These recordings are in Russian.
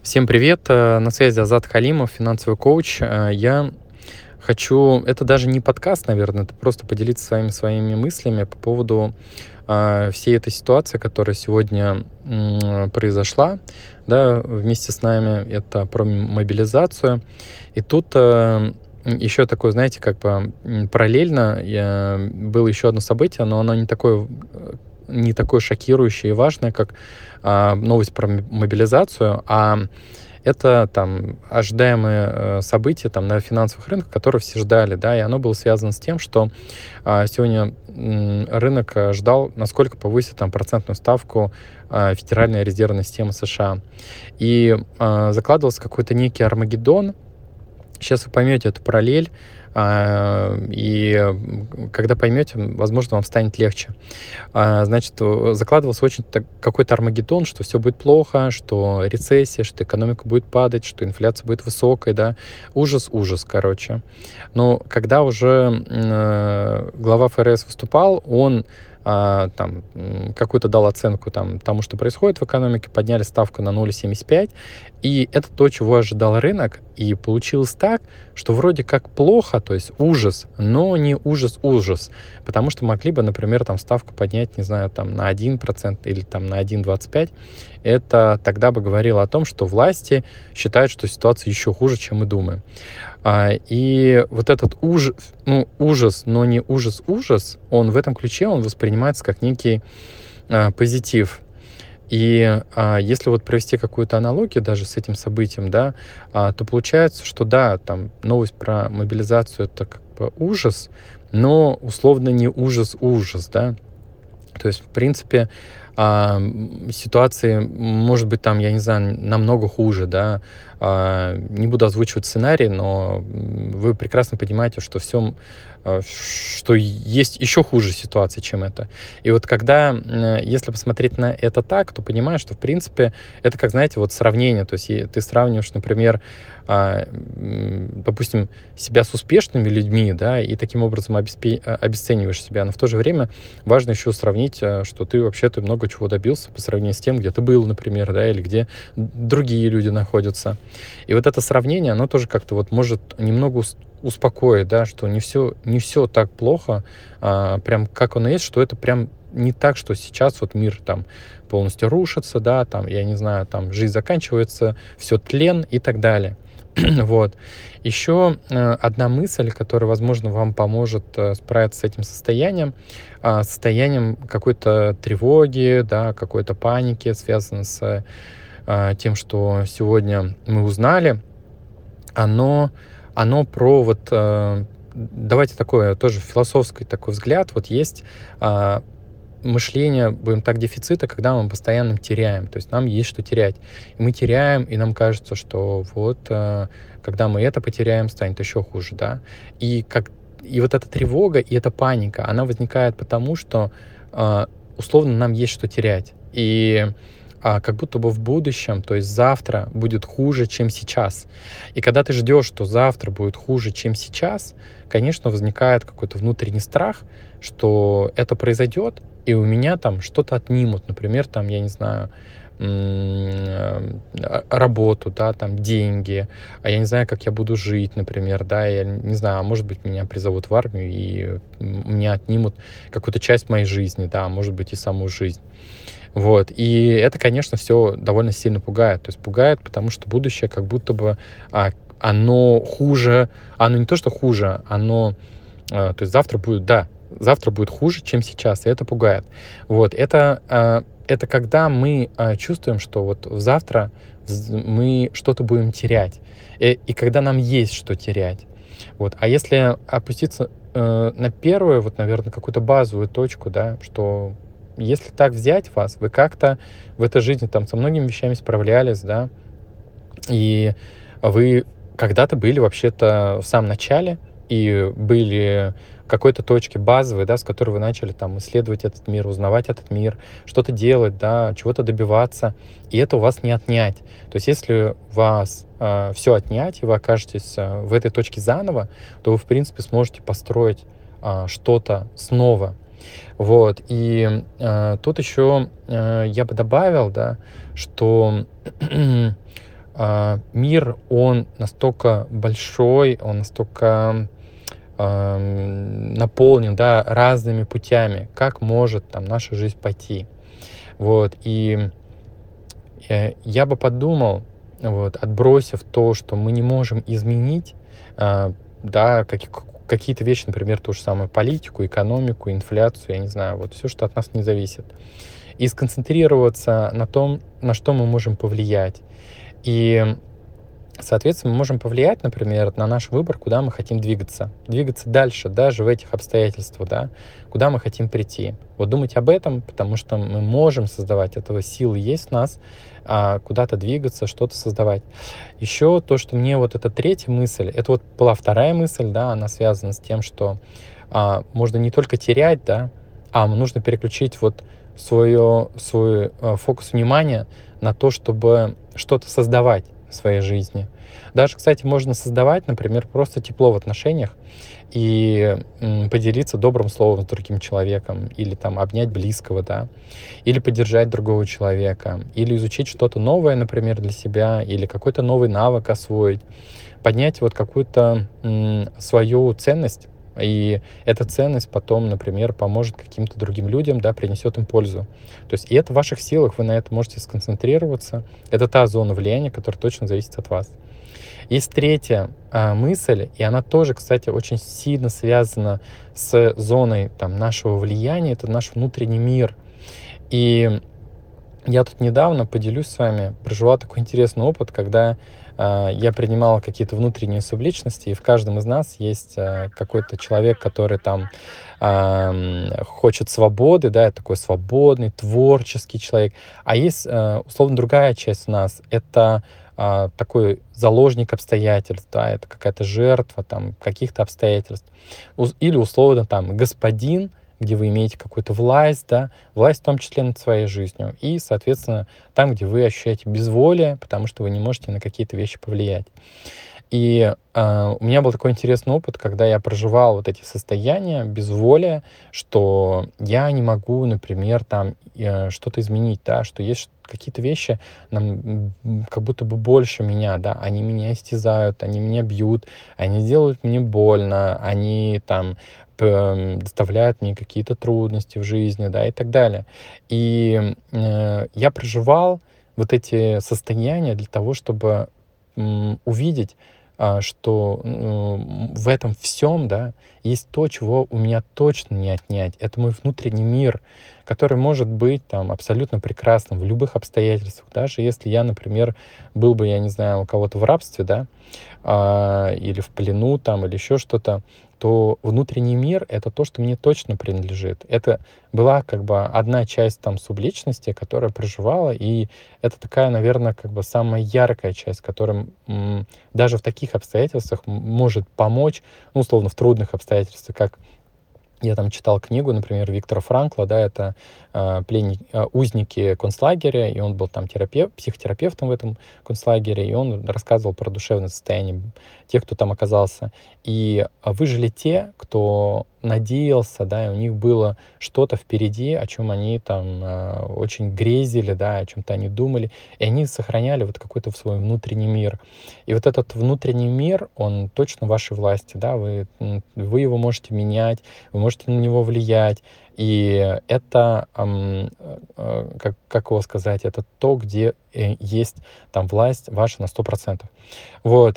Всем привет! На связи Азат Халимов, финансовый коуч. Я хочу, это даже не подкаст, наверное, это просто поделиться с вами своими мыслями по поводу всей этой ситуации, которая сегодня произошла, да, вместе с нами. Это про мобилизацию. И тут еще такое, знаете, как бы параллельно было еще одно событие, но оно не такое шокирующее и важное, как новость про мобилизацию, а это там ожидаемые события там на финансовых рынках, которые все ждали, да, и оно было связано с тем, что сегодня рынок ждал, насколько повысит там процентную ставку Федеральная резервная система США. И закладывался какой-то некий Армагеддон. Сейчас вы поймете эту параллель, и когда поймете, возможно, вам станет легче. Значит, закладывался очень какой-то Армагеддон, что все будет плохо, что рецессия, что экономика будет падать, что инфляция будет высокой, да. Ужас, короче. Но когда уже глава ФРС выступал, он там какую-то дал оценку тому, что происходит в экономике, подняли ставку на 0,75, и это то, чего ожидал рынок, и получилось так, что вроде как плохо, то есть ужас, но не ужас, потому что могли бы, например, там ставку поднять, не знаю, там на 1% или там на 1,25, это тогда бы говорило о том, что власти считают, что ситуация еще хуже, чем мы думаем. И вот этот ужас, но не ужас, он в этом ключе, он воспринимается как некий позитив. И если вот провести какую-то аналогию даже с этим событием, да, то получается, что да, там новость про мобилизацию — это как бы ужас, но условно не ужас, да. То есть, в принципе, ситуации, может быть, там, я не знаю, намного хуже, да. Не буду озвучивать сценарий, но вы прекрасно понимаете, что что есть еще хуже ситуации, чем это. И вот когда, если посмотреть на это так, то понимаешь, что, в принципе, это как, знаете, вот сравнение. То есть ты сравниваешь, например, допустим, себя с успешными людьми, да, и таким образом обесцениваешь себя. Но в то же время важно еще сравнить, что ты вообще-то много чего добился по сравнению с тем, где ты был, например, да, или где другие люди находятся. И вот это сравнение, оно тоже как-то вот может немного успокоить, да, что не все так плохо, прям как оно есть, что это прям не так, что сейчас вот мир там полностью рушится, да, там, я не знаю, там жизнь заканчивается, все тлен и так далее. Вот. Еще одна мысль, которая, возможно, вам поможет справиться с этим состоянием какой-то тревоги, да, какой-то паники, связанной с тем, что сегодня мы узнали, оно про вот, давайте такое тоже философский такой взгляд. Вот есть мышление, будем так, дефицита, когда мы постоянно теряем. То есть нам есть что терять. И мы теряем, и нам кажется, что вот когда мы это потеряем, станет еще хуже, да. И вот эта тревога, и эта паника, она возникает потому, что условно нам есть что терять. И как будто бы в будущем, то есть завтра будет хуже, чем сейчас. И когда ты ждешь, что завтра будет хуже, чем сейчас, конечно, возникает какой-то внутренний страх, что это произойдет, и у меня там что-то отнимут. Например, там, я не знаю, работу, да, там, деньги, а я не знаю, как я буду жить, например, да, я не знаю, а может быть, меня призовут в армию, и у меня отнимут какую-то часть моей жизни, да, а может быть, и саму жизнь. Вот. И это, конечно, все довольно сильно пугает. То есть пугает, потому что будущее как будто бы оно хуже. Оно не то, что хуже, то есть завтра будет хуже, чем сейчас, и это пугает. Вот. Это когда мы чувствуем, что вот завтра мы что-то будем терять. И когда нам есть что терять. Вот. А если опуститься на первую, вот, наверное, какую-то базовую точку, да, что если так взять вас, вы как-то в этой жизни там со многими вещами справлялись, да, и вы когда-то были вообще-то в самом начале и были в какой-то точке базовой, да, с которой вы начали там исследовать этот мир, узнавать этот мир, что-то делать, да, чего-то добиваться, и это у вас не отнять. То есть если вас все отнять, и вы окажетесь в этой точке заново, то вы, в принципе, сможете построить что-то снова. Вот, и тут еще я бы добавил, да, что мир, он настолько большой, он настолько наполнен, да, разными путями, как может там наша жизнь пойти. Вот, и я бы подумал, вот, отбросив то, что мы не можем изменить, да, какие-то вещи, например, ту же самую политику, экономику, инфляцию, я не знаю, вот все, что от нас не зависит, и сконцентрироваться на том, на что мы можем повлиять. И, соответственно, мы можем повлиять, например, на наш выбор, куда мы хотим двигаться. Двигаться дальше, даже в этих обстоятельствах, да, куда мы хотим прийти. Вот думать об этом, потому что мы можем создавать, этого силы есть в нас, куда-то двигаться, что-то создавать. Еще то, что мне вот эта третья мысль, это вот была вторая мысль, да, она связана с тем, что можно не только терять, да, нужно переключить вот свой фокус внимания на то, чтобы что-то создавать в своей жизни. Даже, кстати, можно создавать, например, просто тепло в отношениях и поделиться добрым словом с другим человеком, или там обнять близкого, да, или поддержать другого человека, или изучить что-то новое, например, для себя, или какой-то новый навык освоить, поднять вот какую-то свою ценность, и эта ценность потом, например, поможет каким-то другим людям, да, принесет им пользу. То есть и это в ваших силах, вы на это можете сконцентрироваться. Это та зона влияния, которая точно зависит от вас. Есть третья мысль, и она тоже, кстати, очень сильно связана с зоной там, нашего влияния. Это наш внутренний мир. И я тут недавно, поделюсь с вами, проживал такой интересный опыт, когда я принимал какие-то внутренние субличности, и в каждом из нас есть какой-то человек, который там хочет свободы, да, такой свободный, творческий человек. А есть, условно, другая часть нас, это такой заложник обстоятельств, да, это какая-то жертва там каких-то обстоятельств. Или условно там господин, где вы имеете какую-то власть, да, власть в том числе над своей жизнью. И, соответственно, там, где вы ощущаете безволие, потому что вы не можете на какие-то вещи повлиять. И у меня был такой интересный опыт, когда я проживал вот эти состояния безволия, что я не могу, например, там что-то изменить, да, что есть какие-то вещи как будто бы больше меня, да, они меня истязают, они меня бьют, они делают мне больно, они там доставляют мне какие-то трудности в жизни, да, и так далее. И я проживал вот эти состояния для того, чтобы увидеть, что в этом всем, да, есть то, чего у меня точно не отнять. Это мой внутренний мир, который может быть там абсолютно прекрасным в любых обстоятельствах. Даже если я, например, был бы, я не знаю, у кого-то в рабстве, да, или в плену там, или еще что-то, то внутренний мир — это то, что мне точно принадлежит. Это была как бы одна часть там субличности, которая проживала, и это такая, наверное, как бы самая яркая часть, которая даже в таких обстоятельствах может помочь, ну, условно, в трудных обстоятельствах, как я там читал книгу, например, Виктора Франкла, да, это узники концлагеря, и он был там психотерапевтом в этом концлагере, и он рассказывал про душевное состояние тех, кто там оказался. И выжили те, кто надеялся, да, и у них было что-то впереди, о чем они там очень грезили, да, о чем-то они думали, и они сохраняли вот какой-то свой внутренний мир. И вот этот внутренний мир, он точно в вашей власти, да, вы его можете менять, вы можете на него влиять, и это, как его сказать, это то, где есть там власть ваша на 100%. Вот.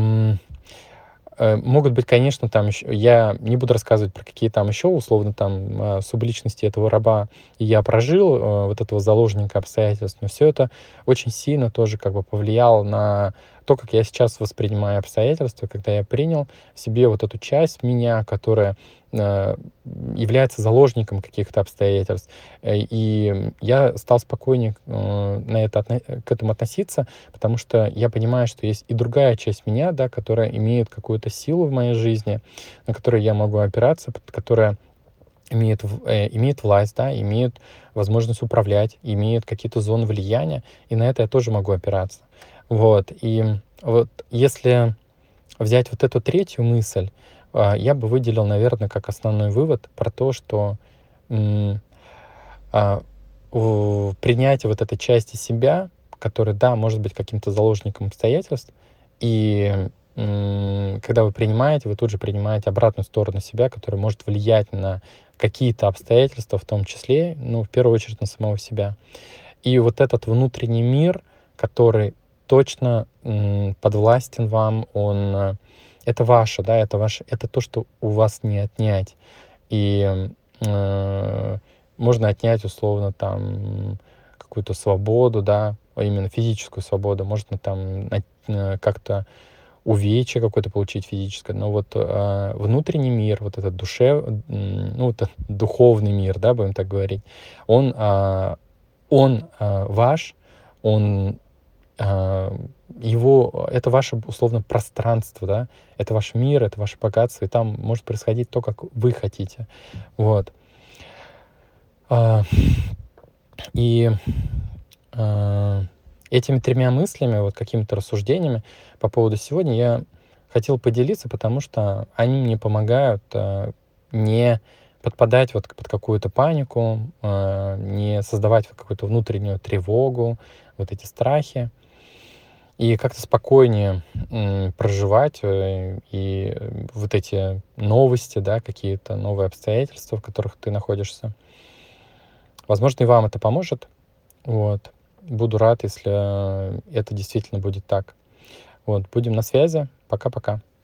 Могут быть, конечно, там еще, я не буду рассказывать про какие там еще, условно, там субличности этого раба я прожил, вот этого заложника обстоятельств, но все это очень сильно тоже как бы повлияло на то, как я сейчас воспринимаю обстоятельства, когда я принял в себе вот эту часть меня, которая является заложником каких-то обстоятельств. И я стал спокойнее к этому относиться, потому что я понимаю, что есть и другая часть меня, да, которая имеет какую-то силу в моей жизни, на которую я могу опираться, которая имеет власть, да, имеет возможность управлять, имеет какие-то зоны влияния, и на это я тоже могу опираться. Вот. И вот если взять вот эту третью мысль, я бы выделил, наверное, как основной вывод про то, что принятие вот этой части себя, который, да, может быть каким-то заложником обстоятельств, и когда вы принимаете, вы тут же принимаете обратную сторону себя, которая может влиять на какие-то обстоятельства, в том числе, ну, в первую очередь, на самого себя. И вот этот внутренний мир, который точно подвластен вам, это ваше, да, это ваше, это то, что у вас не отнять. И можно отнять условно там какую-то свободу, да, именно физическую свободу, можно там как-то увечье какое-то получить физическое, но вот внутренний мир, вот этот ну, это духовный мир, да, будем так говорить, он ваш, он это ваше условно пространство, да, это ваш мир, это ваше богатство, и там может происходить то, как вы хотите, вот. А, И этими тремя мыслями, вот какими-то рассуждениями по поводу сегодня я хотел поделиться, потому что они мне помогают не подпадать вот под какую-то панику, не создавать вот какую-то внутреннюю тревогу, вот эти страхи, и как-то спокойнее проживать вот эти новости, да, какие-то новые обстоятельства, в которых ты находишься. Возможно, и вам это поможет. Вот. Буду рад, если это действительно будет так. Вот. Будем на связи. Пока-пока.